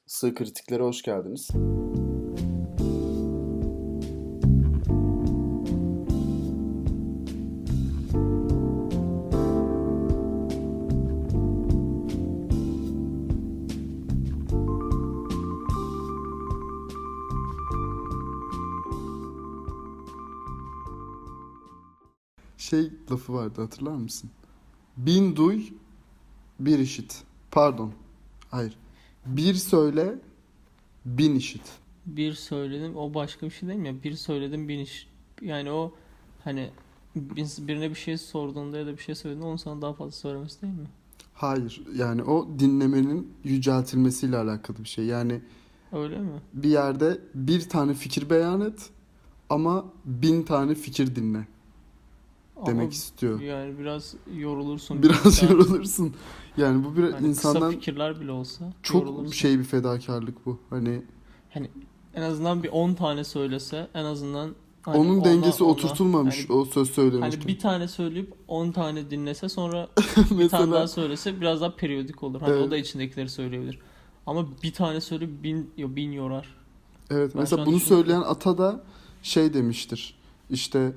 Sığ Kritiklere hoş geldiniz. Lafı vardı, hatırlar mısın? Bin duy, bir işit. Pardon. Hayır. Bir söyle, bin işit. Bir söyledim, o başka bir şey değil mi ya? Bir söyledim, bin iş. Yani o hani birine bir şey sorduğunda ya da bir şey söylediğinde onu sana daha fazla söylemesi değil mi? Hayır. Yani o dinlemenin yüceltilmesiyle alakalı bir şey. Yani Öyle mi? bir yerde bir tane fikir beyan et ama bin tane fikir dinle demek Ama istiyor. yani biraz yorulursun. Biraz yorulursun. Yani bu bir Hani insandan kısa fikirler bile olsa çok yorulursun. bir fedakarlık bu. Hani Hani en azından bir 10 tane söylese en azından hani onun dengesi ona oturtulmamış hani o söz söylemişken. hani bir tane söyleyip 10 tane dinlese sonra bir tane Mesela daha söylese biraz daha periyodik olur. Hani Evet. o da içindekileri söyleyebilir. Ama bir tane söyleyip bin yorar. evet, Ben şu mesela an bunu düşünüyorum. söyleyen ata da şey demiştir. İşte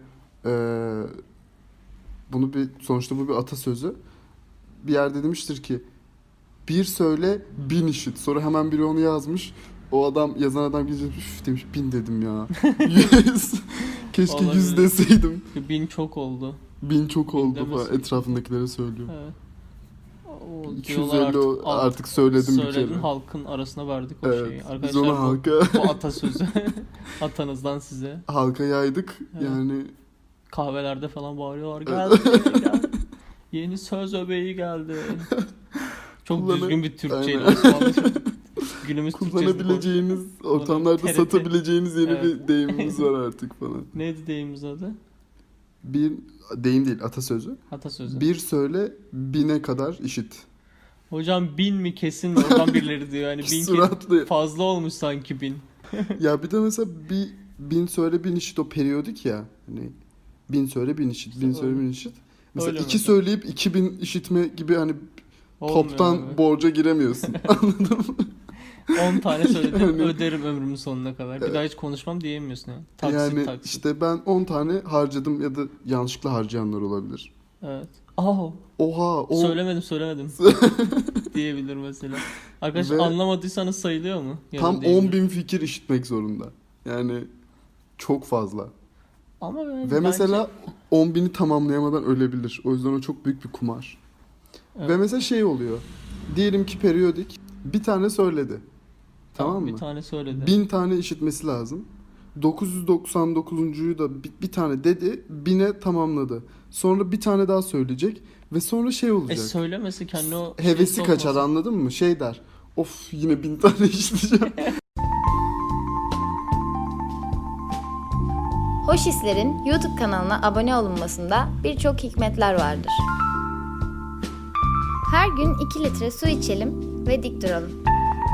sonuçta bu bir atasözü. Bir yerde demiştir ki bir söyle bin işit. Sonra hemen biri onu yazmış. Yazan adam gidince üf demiş, bin dedim ya. 100. Keşke 100 Olabilir. deseydim. 1000 çok oldu. Bin çok Bin oldu demesi- falan. Etrafındakilere söylüyor. Evet. O 250 diyorlar artık söyledim bir söyledin, kere. halkın arasına verdik o Evet. şeyi. Biz Arkadaşlar onu bu atasözü atanızdan size. halka yaydık. Evet. Yani Kahvelerde falan bağırıyorlar. Geldi, geldi. Yeni söz öbeği geldi. Çok düzgün bir Türkçeydi Aynen. Osmanlı. Günümüz Türkçesini kullanabileceğiniz, ortamlarda TRT. satabileceğiniz yeni Evet. bir deyimimiz var artık falan. Neydi deyimiz adı? Bir deyim değil, atasözü. Atasözü. Bir söyle, bine kadar işit. Hocam 1000 mi kesin mi? Oradan birileri diyor. Yani 1000 Suratlı. fazla olmuş sanki 1000. Ya bir de mesela bin söyle, bin işit o periyodik ya. Hani bin söyle, bin işit, bin söyle, öyle. bin işit. Mesela Öyle iki mesela. söyleyip 2000 işitme gibi hani Olmuyor toptan abi. borca giremiyorsun. Anladın mı? 10 tane söyledim Yani- öderim ömrümün sonuna kadar. Bir daha hiç konuşmam diyemiyorsun ya. Taksit Yani taksit. işte ben 10 tane harcadım ya da yanlışlıkla harcayanlar olabilir. Evet. Oha, Söylemedim diyebilir mesela. Arkadaş Ve anlamadıysanız sayılıyor mu? Ya da tam değil mi? 10.000 fikir işitmek zorunda. Yani çok fazla. Ama yani Ve mesela bence 10.000'i tamamlayamadan ölebilir. O yüzden o çok büyük bir kumar. evet. Ve mesela şey oluyor. Diyelim ki periyodik bir tane söyledi. Tamam bir mı? tane söyledi. 1000 tane işitmesi lazım. 999'uncuyu da bir tane dedi. 1000'e tamamladı. Sonra bir tane daha söyleyecek. Ve sonra şey olacak. Söylemesi kendi o Hevesi şeyi kaçar, sokması. anladın mı? Şey der. Of, yine 1000 tane işiteceğim. Hoş Hisler'in YouTube kanalına abone olunmasında birçok hikmetler vardır. Her gün 2 litre su içelim ve dik duralım.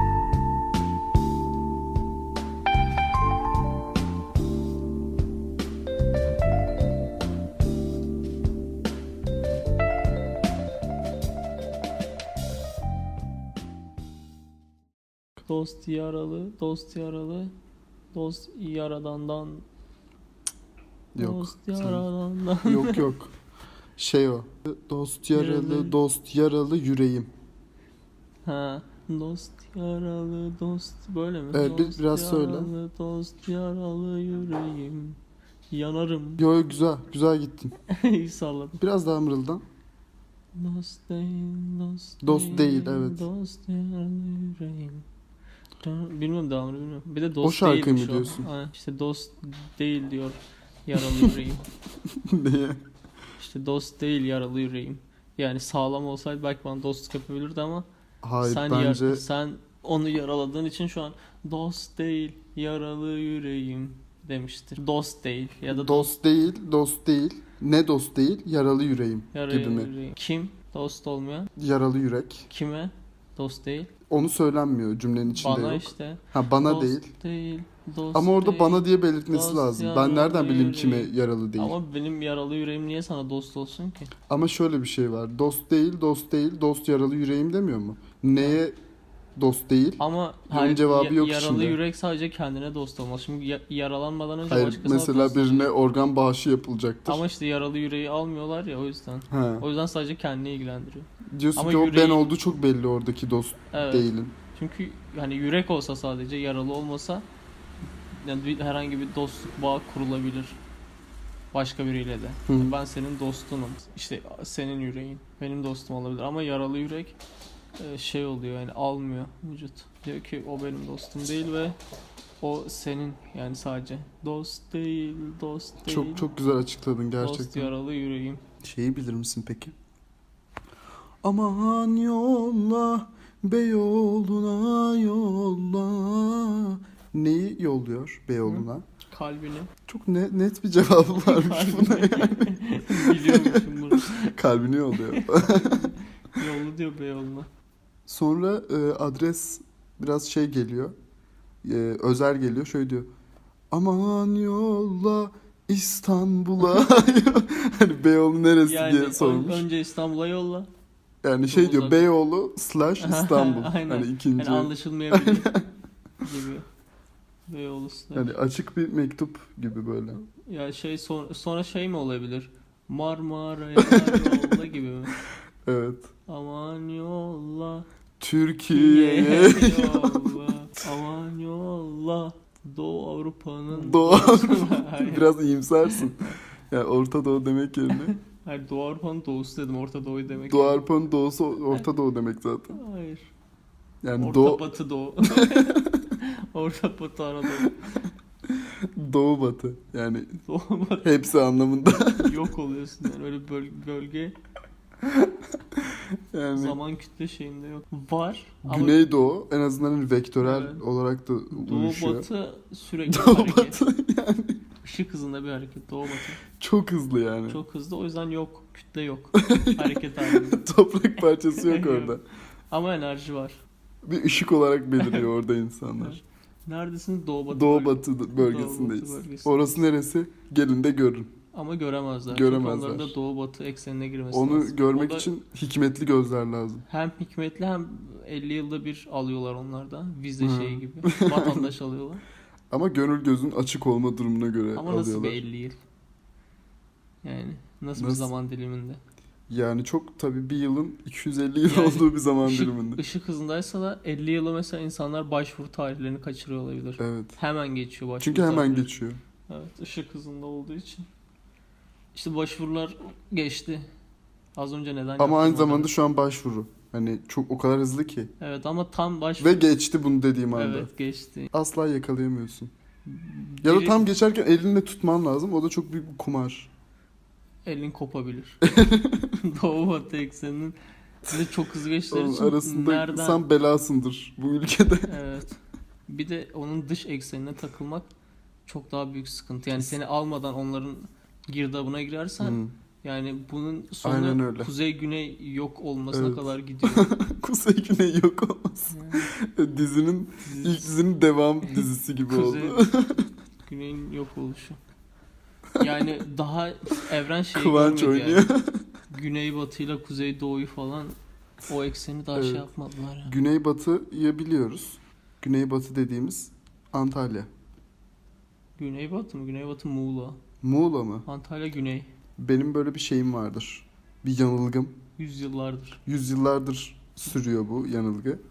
Dost yaralı, dost yaralı, dost yaradandan. Yok. Dost sen- yaradandan. Yok. Şey o. Dost yaralı, Yaralı. dost yaralı yüreğim. Ha, dost yaralı, dost böyle mi? Evet, Dost biraz söyle. yaralı, dost yaralı yüreğim. Yanarım. Yo, güzel gittin. İyi salladım. Biraz daha mırıldan. Dost değil, dost, Dost değil, evet. Dost yaralı yüreğim. Bilmiyorum, devamını bilmiyorum. Bir de O dost şarkıyı değilmiş mı diyorsun? Aynen, işte dost değil diyor yaralı yüreğim. Niye? İşte dost değil yaralı yüreğim. Yani sağlam olsaydı belki bana dostluk yapabilirdi ama Hayır, sen bence sen onu yaraladığın için şu an dost değil yaralı yüreğim demiştir. Dost değil ya da dost değil. Ne dost değil, yaralı yüreğim yaralı gibi mi? yüreğim. Kim dost olmayan? Yaralı yürek. Kime dost değil? Onu söylenmiyor, cümlenin içinde Bana yok. işte. Ha, bana Dost değil. dost Ama orada değil. bana diye belirtmesi Dost lazım. yaralı Ben nereden bileyim kime yüreğim. yaralı değil? Ama benim yaralı yüreğim niye sana dost olsun ki? Ama şöyle bir şey var. Dost değil, dost yaralı yüreğim demiyor mu? Neye dost değil. Ama Bunun cevabı yok yaralı içinde. yürek sadece kendine dost olmaz. Şimdi yaralanmadan önce Hayır, başkasına mesela dost olacak. birine organ bağışı yapılacaktır. Ama işte yaralı yüreği almıyorlar ya, o yüzden. He. O yüzden sadece kendini ilgilendiriyor. Diyorsun Ama ki o ben yüreği- olduğu çok belli oradaki dost Evet. değilin. Çünkü hani yürek olsa, sadece yaralı olmasa, yani herhangi bir dostluk bağı kurulabilir başka biriyle de. Hı. Ben senin dostunum. İşte senin yüreğin benim dostum olabilir ama yaralı yürek şey oluyor, yani almıyor vücut. Diyor ki o benim dostum değil ve o senin, yani sadece dost değil, dost değil. Çok çok güzel açıkladın Dost gerçekten. yaralı yüreğim. Şeyi bilir misin peki? Aman yolla Beyoğlu'na yolla. Neyi yolluyor Beyoğlu'na? Kalbini. Çok net bir cevabı varmış buna yani. Biliyormuşum bunu. Kalbini yolluyor. Yollu diyor Beyoğlu'na. Sonra adres biraz şey geliyor. Özel geliyor. Şöyle diyor. Aman yolla İstanbul'a. Hani Beyoğlu neresi Yani diye sormuş. önce İstanbul'a yolla. Yani şey Çok diyor, uzak. Beyoğlu / İstanbul. Aynen. Hani ikinci. Yani anlaşılmayabilir gibi. Beyoğlu slash. Yani açık bir mektup gibi böyle. Ya şey sonra şey mi olabilir? Marmara'ya yolla gibi mi? Evet. Aman yolla Türkiye. yolla. Aman yolla Doğu Avrupa'nın Doğu Hayır. Biraz iyimsersin. Yani Orta Doğu demek yerine. Hayır, Doğu Avrupa'nın doğusu dedim, Orta Doğu demek. Doğu Avrupa'nın doğusu Orta Doğu demek zaten. Hayır. Yani Orta Batı Doğu. Orta Batı Anadolu. Doğu Batı. Yani Doğu Batı. hepsi anlamında. Yok oluyorsun yani, öyle bölge Yani zaman kütle şeyinde yok. Var ama Güneydoğu en azından hani vektörel Evet. olarak da Doğu uyuşuyor. Batı sürekli Doğu hareket. Batı yani Işık hızında bir hareket. Doğu Batı. çok hızlı yani. Çok hızlı, o yüzden yok. Kütle yok. Hareket halinde. Toprak parçası yok orada. Ama enerji var. Bir ışık olarak beliriyor orada insanlar. Neredesin? Doğu Batı. Doğu bölge- Batı bölgesindeyiz. Doğu Batı bölgesinde. Orası neresi? Gelin de görün. Ama göremezler. Göremezler. Çünkü onların da Doğu Batı eksenine girmesi Onu lazım. görmek O da için hikmetli gözler lazım. hem hikmetli hem 50 yılda bir alıyorlar onlardan. Vize Hı. şeyi gibi. Vatandaş alıyorlar. Ama gönül gözün açık olma durumuna göre Ama nasıl alıyorlar. bir 50 yıl? Yani nasıl bir Nasıl? zaman diliminde? Yani çok tabii bir yılın 250 yıl Yani olduğu bir zaman diliminde. Işık hızındaysa da 50 yılı mesela insanlar başvuru tarihlerini kaçırıyor olabilir. Evet. Hemen geçiyor başvuru Çünkü hemen tarihleri. geçiyor. Evet, ışık hızında olduğu için. İşte başvurular geçti. Az önce neden Ama yaptım aynı onu? zamanda şu an başvuru. Hani çok o kadar hızlı ki. Evet, ama tam başvuru. Ve geçti bunu dediğim anda. Evet, geçti. Asla yakalayamıyorsun. Ya da Biri- tam geçerken elinle tutman lazım. O da çok büyük bir kumar. elin kopabilir. Doğu Batı ekseninin bir de çok hızlı geçtikleri Onun için arasında nereden... sen belasındır bu ülkede. Evet. Bir de onun dış eksenine takılmak çok daha büyük sıkıntı. Yani seni almadan onların girdabına girersen Hmm. yani bunun Aynen sonu öyle. kuzey güney yok olmasına Evet. kadar gidiyor. Kuzey Güney yok olmaz. Dizinin ilk dizinin devam dizisi gibi Kuzey oldu. güneyin yok oluşu. Yani daha evren şeyi Kıvanç görmedi oynuyor. yani. Güney batıyla kuzey doğuyu falan, o ekseni daha şey Evet. yapmadılar ya. Güneybatı'yı biliyoruz. Güneybatı dediğimiz Antalya. Güneybatı mı? Güneybatı Muğla. Muğla mı? Antalya güney. Benim böyle bir şeyim vardır. Bir yanılgım. Yüzyıllardır. Yüzyıllardır sürüyor bu yanılgı.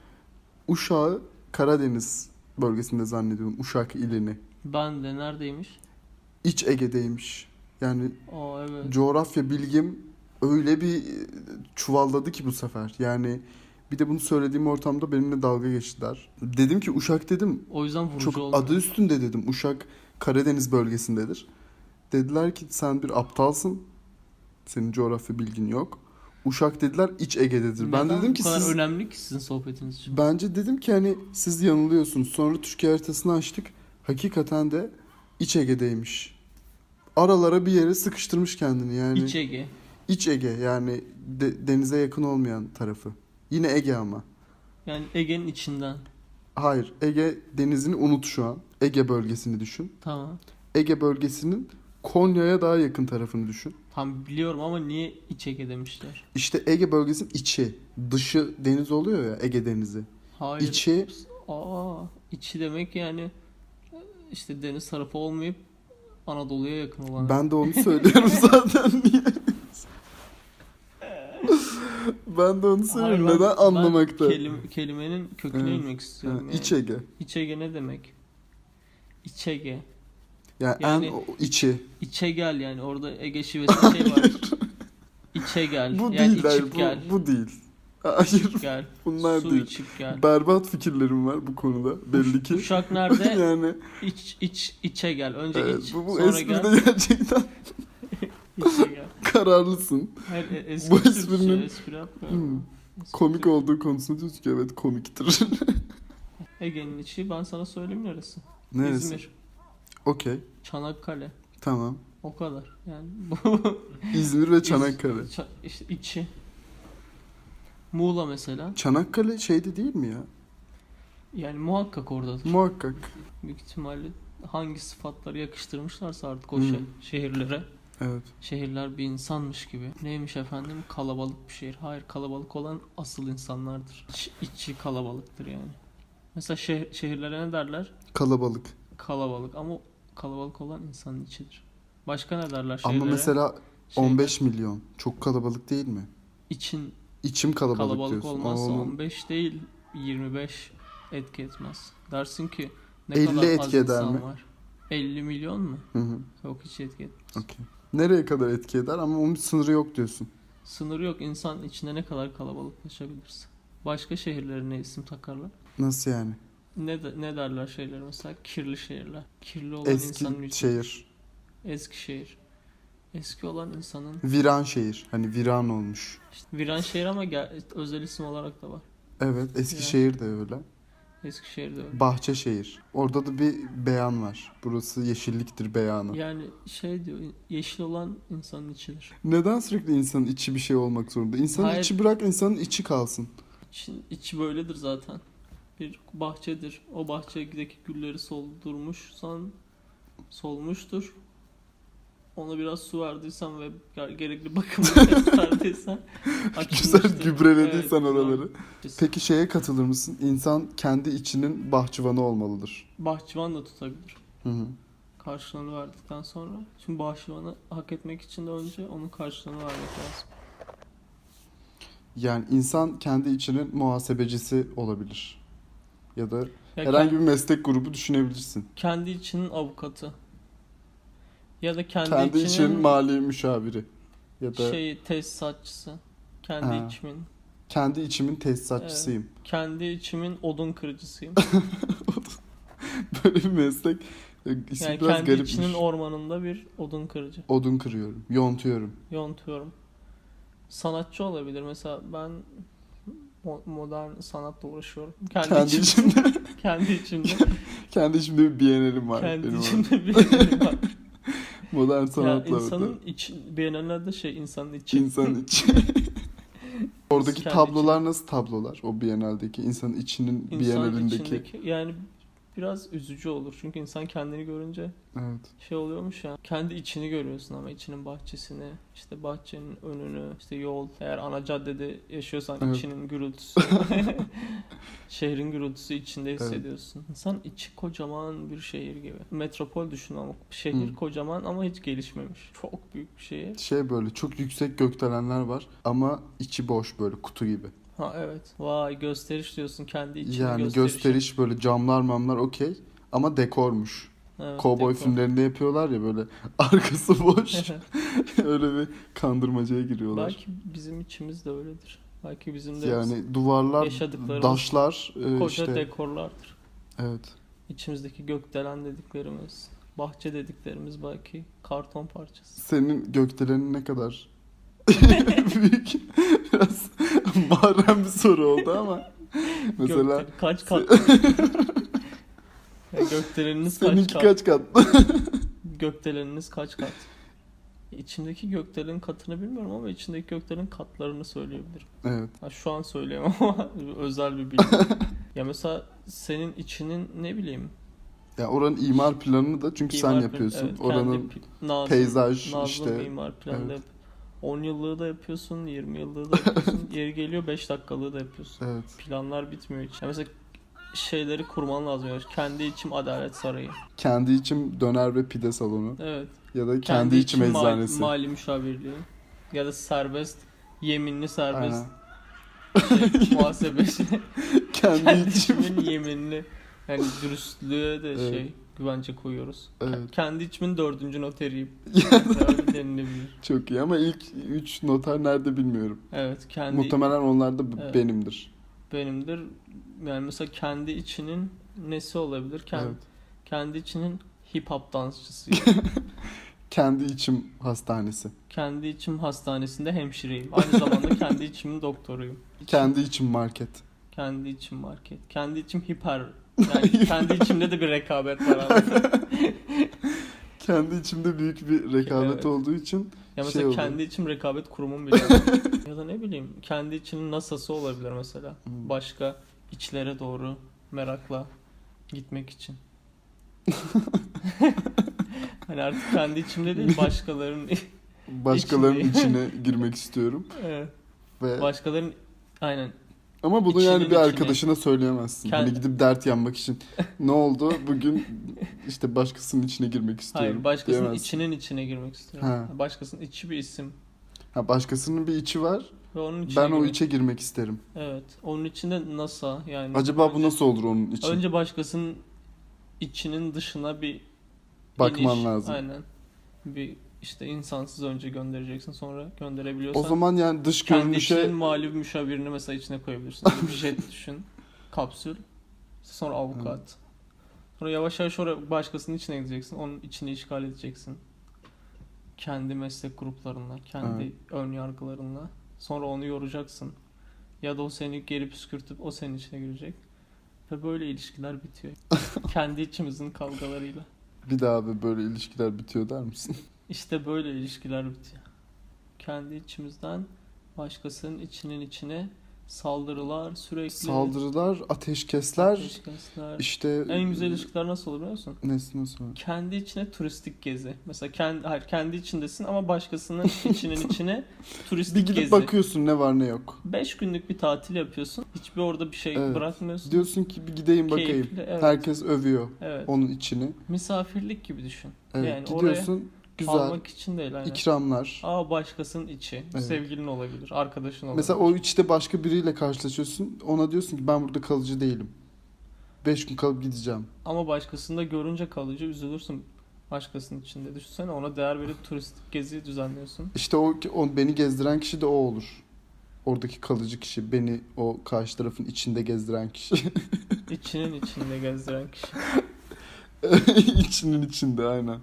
Uşak'ı Karadeniz bölgesinde zannediyorum. Uşak ilini. Ben de neredeymiş? İç Ege'deymiş. Yani Aa, evet. coğrafya bilgim öyle bir çuvalladı ki bu sefer. Yani bir de bunu söylediğim ortamda benimle dalga geçtiler. Dedim ki Uşak dedim. O yüzden vurucu Çok olmuyor. adı üstünde dedim. Uşak Karadeniz bölgesindedir. Dediler ki sen bir aptalsın. Senin coğrafya bilgin yok. Uşak dediler İç Ege'dedir. Ben Neden dedim ki bu kadar siz önemli ki sizin sohbetiniz için? bence dedim ki hani siz yanılıyorsunuz. Sonra Türkiye haritasını açtık. Hakikaten de İç Ege'deymiş. Aralara bir yere sıkıştırmış kendini yani. İç Ege. İç Ege yani denize yakın olmayan tarafı. Yine Ege ama. Yani Ege'nin içinden. Hayır, Ege denizini unut şu an. Ege bölgesini düşün. Tamam. Ege bölgesinin Konya'ya daha yakın tarafını düşün. Tam biliyorum ama niye İç Ege demişler? İşte Ege bölgesinin içi, dışı deniz oluyor ya, Ege Denizi. Hayır. İçi İçi demek yani işte deniz tarafı olmayıp Anadolu'ya yakın olan. ben de onu söylüyorum zaten niye? Ben de onu söylüyorum. Hayır, Neden anlamakta? Kelimenin köküne Evet. inmek istiyorum. İç Ege. İç Ege ne demek? İç Ege. Yani Yani- en içi. İçe gel yani orada Ege şivesi şey var. İçe gel. Bu yani değil. içip Hayır, gel. bu değil. Hayır. İçip gel. Bunlar Su değil. içip gel. Berbat fikirlerim var bu konuda belli ki. Uşak nerede? Yani İçe gel. Önce evet, iç. bu sonra gel. espride gerçekten İçe gel. kararlısın. Hayır, Bu Türkçe esprinin- espri yapmıyorum. Hmm, Espri komik Türkçe. olduğu konusunda diyorsun ki evet komiktir. Ege'nin içi ben sana söyleyeyim neresi? Neresi? İzmir, Okey. Çanakkale. Tamam. O kadar. Yani bu İzmir ve Çanakkale. işte içi. Muğla mesela. Çanakkale şeyde değil mi ya? Yani muhakkak oradadır. Muhakkak. Büyük ihtimalle hangi sıfatları yakıştırmışlarsa artık o Hmm. şehirlere. Evet. Şehirler bir insanmış gibi. Neymiş efendim? Kalabalık bir şehir. Hayır, kalabalık olan asıl insanlardır. İçi kalabalıktır yani. Mesela şehirlere ne derler? Kalabalık. Kalabalık ama kalabalık olan insanın içidir. Başka ne derler şehirlere? Ama mesela Şehirler 15 milyon. Çok kalabalık değil mi? için İçim kalabalık, kalabalık diyorsun. olmazsa Oğlum, 15 değil 25 etki etmez. Dersin ki ne 50 kadar az etki eder insan mi? var. 50 milyon mu? Hı hı. Yok, hiç etki etmez. Okey. Nereye kadar etki eder ama onun bir sınırı yok diyorsun. Sınırı yok, insan içinde ne kadar kalabalıklaşabilirsin. Başka şehirlere ne isim takarlar? Nasıl yani? Ne derler şeyler mesela? Kirli şehirler. Kirli olan insanın Eski içi. şehir. Eski şehir. Eski olan insanın Viran şehir. Hani viran olmuş. işte viran şehir ama özel isim olarak da var. Evet, Viran. Eskişehir de öyle. Eskişehir'de öyle. Bahçeşehir. Orada da bir beyan var. Burası yeşilliktir beyanı. Yani şey diyor, yeşil olan insanın içidir. Neden sürekli insanın içi bir şey olmak zorunda? İnsanın Hayır. içi bırak, insanın içi kalsın. İçi böyledir zaten. Bir bahçedir. O bahçedeki gülleri soldurmuşsan solmuştur. Ona biraz su verdiysen ve gerekli bakımı gösterdiysen Güzel açılmıştır. gübrelediysen Evet, oraları. güzel. Peki şeye katılır mısın? İnsan kendi içinin bahçıvanı olmalıdır. Bahçıvan da tutabilir. Hı hı. Karşılığını verdikten sonra. Çünkü bahçıvanı hak etmek için de önce onun karşılığını vermek lazım. Yani insan kendi içinin muhasebecisi olabilir. Ya da Ya herhangi bir meslek grubu düşünebilirsin. kendi içinin avukatı. Ya da kendi Kendi için içinin mali müşaviri. Ya da tesisatçısı. Kendi Ha. içimin. kendi içimin tesisatçısıyım. Kendi içimin odun kırıcısıyım. Böyle bir meslek. İsmi Yani biraz kendi garipmiş. içinin ormanında bir odun kırıcı. Odun kırıyorum. Yontuyorum. Yontuyorum. Sanatçı olabilir. Mesela ben modern sanatla uğraşıyorum. Kendi içimde. kendi içimde. Kendi içimde bir Biennalim var. kendi benim içimde bir var. Modern Ya sanatla. insanın Biennallerde insanın içi. İnsanın içi. Oradaki Kendi tablolar nasıl tablolar? O Biennale'deki insanın içinin İnsanın Biennale'indeki. içindeki yani biraz üzücü olur. Çünkü insan kendini görünce Evet. şey oluyormuş ya. Kendi içini görüyorsun ama içinin bahçesini, işte bahçenin önünü, işte yol. Eğer ana caddede yaşıyorsan Evet. içinin gürültüsü. Şehrin gürültüsü içinde hissediyorsun. İnsan içi kocaman bir şehir gibi. Metropol düşün ama şehir Hı. kocaman ama hiç gelişmemiş. Çok büyük bir şehir. Şey böyle çok yüksek gökdelenler var ama içi boş böyle kutu gibi. Ha evet. Vay, gösteriş diyorsun, kendi içini Yani gösterişi. gösteriş böyle camlar mamlar okey ama dekormuş. Evet, Kovboy dekor. filmlerinde yapıyorlar ya böyle arkası boş. Öyle bir kandırmacaya giriyorlar. Belki bizim içimiz de öyledir. Belki bizim de Yani duvarlar, yaşadıklarımız daşlar koca işte dekorlardır. evet. İçimizdeki gökdelen dediklerimiz, bahçe dediklerimiz belki karton parçası. Senin gökdelenin ne kadar büyük? Biraz mahrem bir soru oldu ama mesela Kaç kat? Ya gökdeleniniz kaç seninki kat? kaç kat? Gökdeleniniz kaç kat? İçimdeki gökdelenin katını bilmiyorum ama içindeki gökdelenin katlarını söyleyebilirim. Evet. Ha, şu an söyleyemem ama özel bir bilgi. Ya mesela senin içinin ne bileyim. Ya oranın imar planını da çünkü sen imar yapıyorsun. evet, Oranın Nazım, peyzaj Nazım işte. imar planı Evet. hep 10 yıllığı da yapıyorsun, 20 yıllığı da yapıyorsun. Yeri geliyor 5 dakikalığı da yapıyorsun. Evet. Planlar bitmiyor hiç. Yani mesela şeyleri kurman lazım. Yani kendi içim adalet sarayı. Kendi içim döner ve pide salonu. Evet. Ya da kendi içim eczanesi. Mali müşavirliği. Ya da serbest, yeminli serbest muhasebesi. Kendi içim. içimin yeminli. Yani dürüstlüğe de Evet. güvence koyuyoruz. Evet. Kendi içimin 4. noteriyim. Öyle denilebilir. Çok iyi ama ilk 3 noter nerede bilmiyorum. Evet, kendi Muhtemelen onlar da Evet. benimdir. benimdir. Yani mesela kendi içinin nesi olabilir? Evet. Kendi içinin hip hop dansçısı. Kendi içim hastanesi. Kendi içim hastanesinde hemşireyim. Aynı zamanda kendi içimin doktoruyum. Kendi içim market. Kendi içim market. Kendi içim hiper. Yani kendi içimde de bir rekabet var aslında. Kendi içimde büyük bir rekabet Evet. olduğu için Ya mesela şey oluyor. kendi içim rekabet kurumum bile. Ya da ne bileyim kendi içinin NASA'sı olabilir mesela. Başka içlere doğru merakla gitmek için. Hani artık kendi içimde değil başkalarının Başkalarının içinde. içine girmek istiyorum. Evet. Ve Başkalarının aynen ama bunu İçinin yani bir içine. arkadaşına söyleyemezsin. Hani gidip dert yanmak için. Ne oldu? Bugün işte başkasının içine girmek istiyorum. hayır başkasının diyemezsin. içinin içine girmek istiyorum. Ha. Başkasının içi bir isim Ha, başkasının bir içi var. ve onun içine Ben o girmek- içe girmek isterim. Evet. Onun içinde NASA yani. Acaba bu nasıl olur onun için? Önce başkasının içinin dışına bir Bakman iniş. lazım. Aynen. Bir işte insansız önce göndereceksin sonra O gönderebiliyorsan. zaman yani dış kendi görünüşe içinin mali müşavirini mesela içine koyabilirsin. Bir jet düşün. Kapsül. Sonra avukat. Sonra yavaş yavaş oraya başkasının içine gideceksin. Onun içini işgal edeceksin. Kendi meslek gruplarınla, kendi Evet. ön yargılarınla. Sonra onu yoracaksın. Ya da o seni geri püskürtüp o senin içine girecek. Ve böyle ilişkiler bitiyor. Kendi içimizin kavgalarıyla. bir daha abi böyle ilişkiler bitiyor der misin? İşte böyle ilişkiler bitiyor. Kendi içimizden başkasının içinin içine saldırılar sürekli. Saldırılar, ateşkesler, ateşkesler. işte En güzel ilişkiler nasıl olur biliyor musun? nasıl? Kendi içine turistik gezi. Mesela kendi içindesin ama başkasının içinin içine turistik Bir gidip gezi. bakıyorsun ne var ne yok. 5 günlük bir tatil yapıyorsun. Hiçbir orada bir şey Evet. bırakmıyorsun. Diyorsun ki bir gideyim bakayım. Keyifli, evet. Herkes övüyor Evet. onun içini. Misafirlik gibi düşün. Evet. Yani Gidiyorsun güzel almak için değil aynen. ikramlar. Aa başkasının içi. Evet. Sevgilin olabilir, arkadaşın olabilir. Mesela o içte başka biriyle karşılaşıyorsun. Ona diyorsun ki ben burada kalıcı değilim. 5 gün kalıp gideceğim. Ama başkasını da görünce kalıcı üzülürsün. Başkasının içinde. Düşünsene ona değer verip turistik gezi düzenliyorsun. İşte o beni gezdiren kişi de o olur. Oradaki kalıcı kişi, beni o karşı tarafın içinde gezdiren kişi. İçinin içinde gezdiren kişi. İçinin içinde aynen.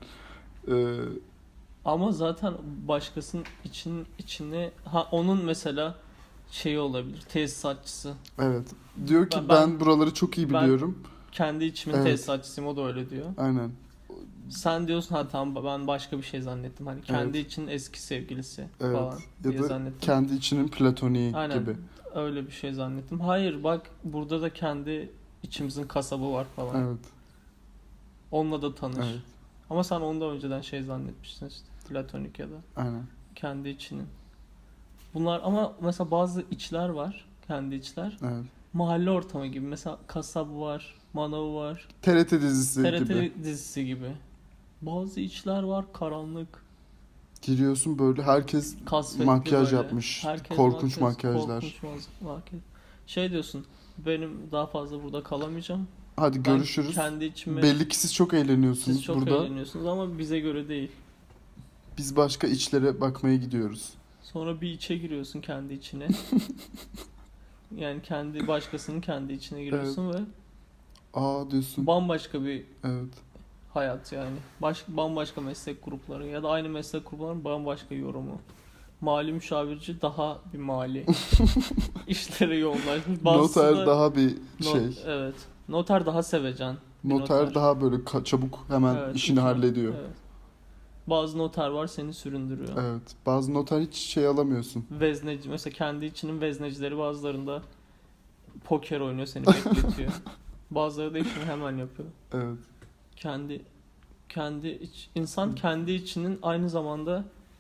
Ama zaten başkasının içine onun mesela şeyi olabilir. Tesisatçısı. Evet. Diyor ki Ben- ben buraları çok iyi ben- biliyorum. Kendi içimin Evet. tesisatçısıyım o da öyle diyor. Aynen. Sen diyorsun ha tamam ben başka bir şey zannettim. Hani kendi için eski sevgilisi Evet. falan Ya diye da zannettim. kendi içinin platoniği Aynen. gibi. Öyle bir şey zannettim. Hayır bak burada da kendi içimizin kasabı var falan. Evet. Onunla da tanış. Evet. Ama sen ondan önceden şey zannetmişsin işte. Platonik ya da Aynen. kendi içinin. Bunlar ama mesela bazı içler var. Kendi içler. Evet. Mahalle ortamı gibi. Mesela kasabı var. Manavı var. TRT dizisi TRT gibi. dizisi gibi. Bazı içler var karanlık. Giriyorsun böyle herkes Kasvetli makyaj böyle. yapmış. Herkes Korkunç makyaj, makyajlar. korkunç makyaj. Şey diyorsun. Benim daha fazla burada kalamayacağım. Hadi Ben görüşürüz. kendi içime Belli ki siz çok eğleniyorsunuz siz çok burada. eğleniyorsunuz ama bize göre değil. Biz başka içlere bakmaya gidiyoruz. Sonra bir içe giriyorsun kendi içine. Yani kendi başkasının kendi içine giriyorsun ve Aa diyorsun. bambaşka bir Evet. hayat yani. Bambaşka meslek grupları ya da aynı meslek gruplarının bambaşka yorumu. Mali müşavirci daha bir mali. İşlere yoğunlaşmış. Bazısı Noter da- daha bir No- şey. Evet. Noter daha sevecen. bir Noter daha böyle çabuk hemen Evet, işini hallediyor. Evet. Bazı noter var seni süründürüyor. Evet. Bazı noter hiç şey alamıyorsun. Vezneci mesela kendi içinin veznecileri bazılarında poker oynuyor seni bekletiyor. Bazıları da işini hemen yapıyor. Evet. İnsan kendi içinin aynı zamanda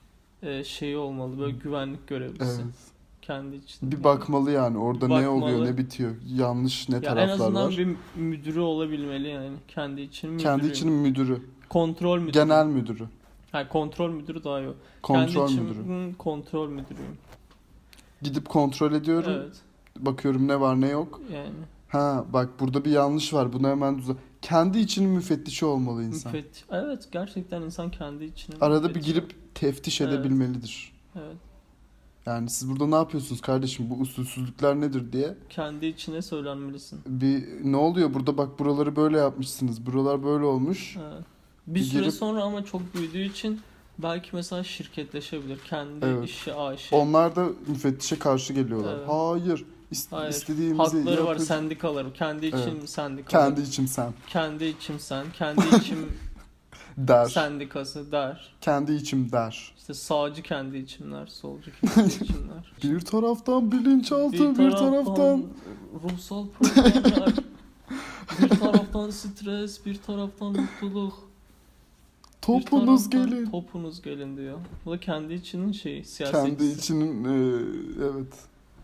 şeyi olmalı. Böyle güvenlik görevlisi. Evet. Kendi içinde. Bir bakmalı yani orada ne oluyor, Bakmalı. ne bitiyor, yanlış ne Ya en taraflar azından var. bir müdürü olabilmeli yani. Kendi içinin müdürü. Kendi içinin müdürü, Kontrol müdürü. genel müdürü, Ha, kontrol müdürü daha iyi. kontrol Kendi müdürü. içimin kontrol müdürüyüm. Gidip kontrol ediyorum, Evet. bakıyorum ne var ne yok. Yani Ha bak burada bir yanlış var, bunu hemen düzelt. Kendi içinin müfettişi olmalı insan. Evet, gerçekten insan kendi içinin Arada bir müfettişi. girip teftiş Evet. edebilmelidir. Evet. Yani siz burada ne yapıyorsunuz kardeşim, bu usulsüzlükler nedir diye. Kendi içine söylenmelisin. Bir ne oluyor burada, bak buraları böyle yapmışsınız, buralar böyle olmuş. Evet. Bir süre Girip- sonra ama çok büyüdüğü için belki mesela şirketleşebilir. Kendi Evet. işi AŞ. Onlar da müfettişe karşı geliyorlar. Evet. Hayır, Hayır. istediğimizi Hakları var, yapıyoruz. sendikaları. Kendi içim Evet. sendikaları. Kendi içim sen Kendi içim sen. Kendi içim der. sendikası der. Kendi içim der. İşte sağcı kendi içimler, solcu kendi içimler. Bir taraftan bilinçaltı, bir taraftan ruhsal problemler, bir taraftan stres, bir taraftan mutluluk. topunuz Bir taraftan gelin. Topunuz gelin diyor. Bu da kendi içinin şeyi, Kendi siyasetçisi. içinin evet.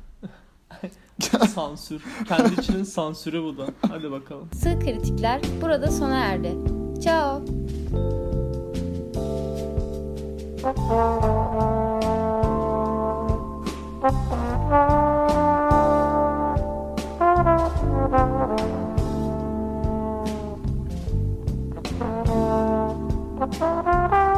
Sansür. Kendi içinin sansürü bu da. Hadi bakalım. Sığ kritikler burada sona erdi. Ciao. Thank you.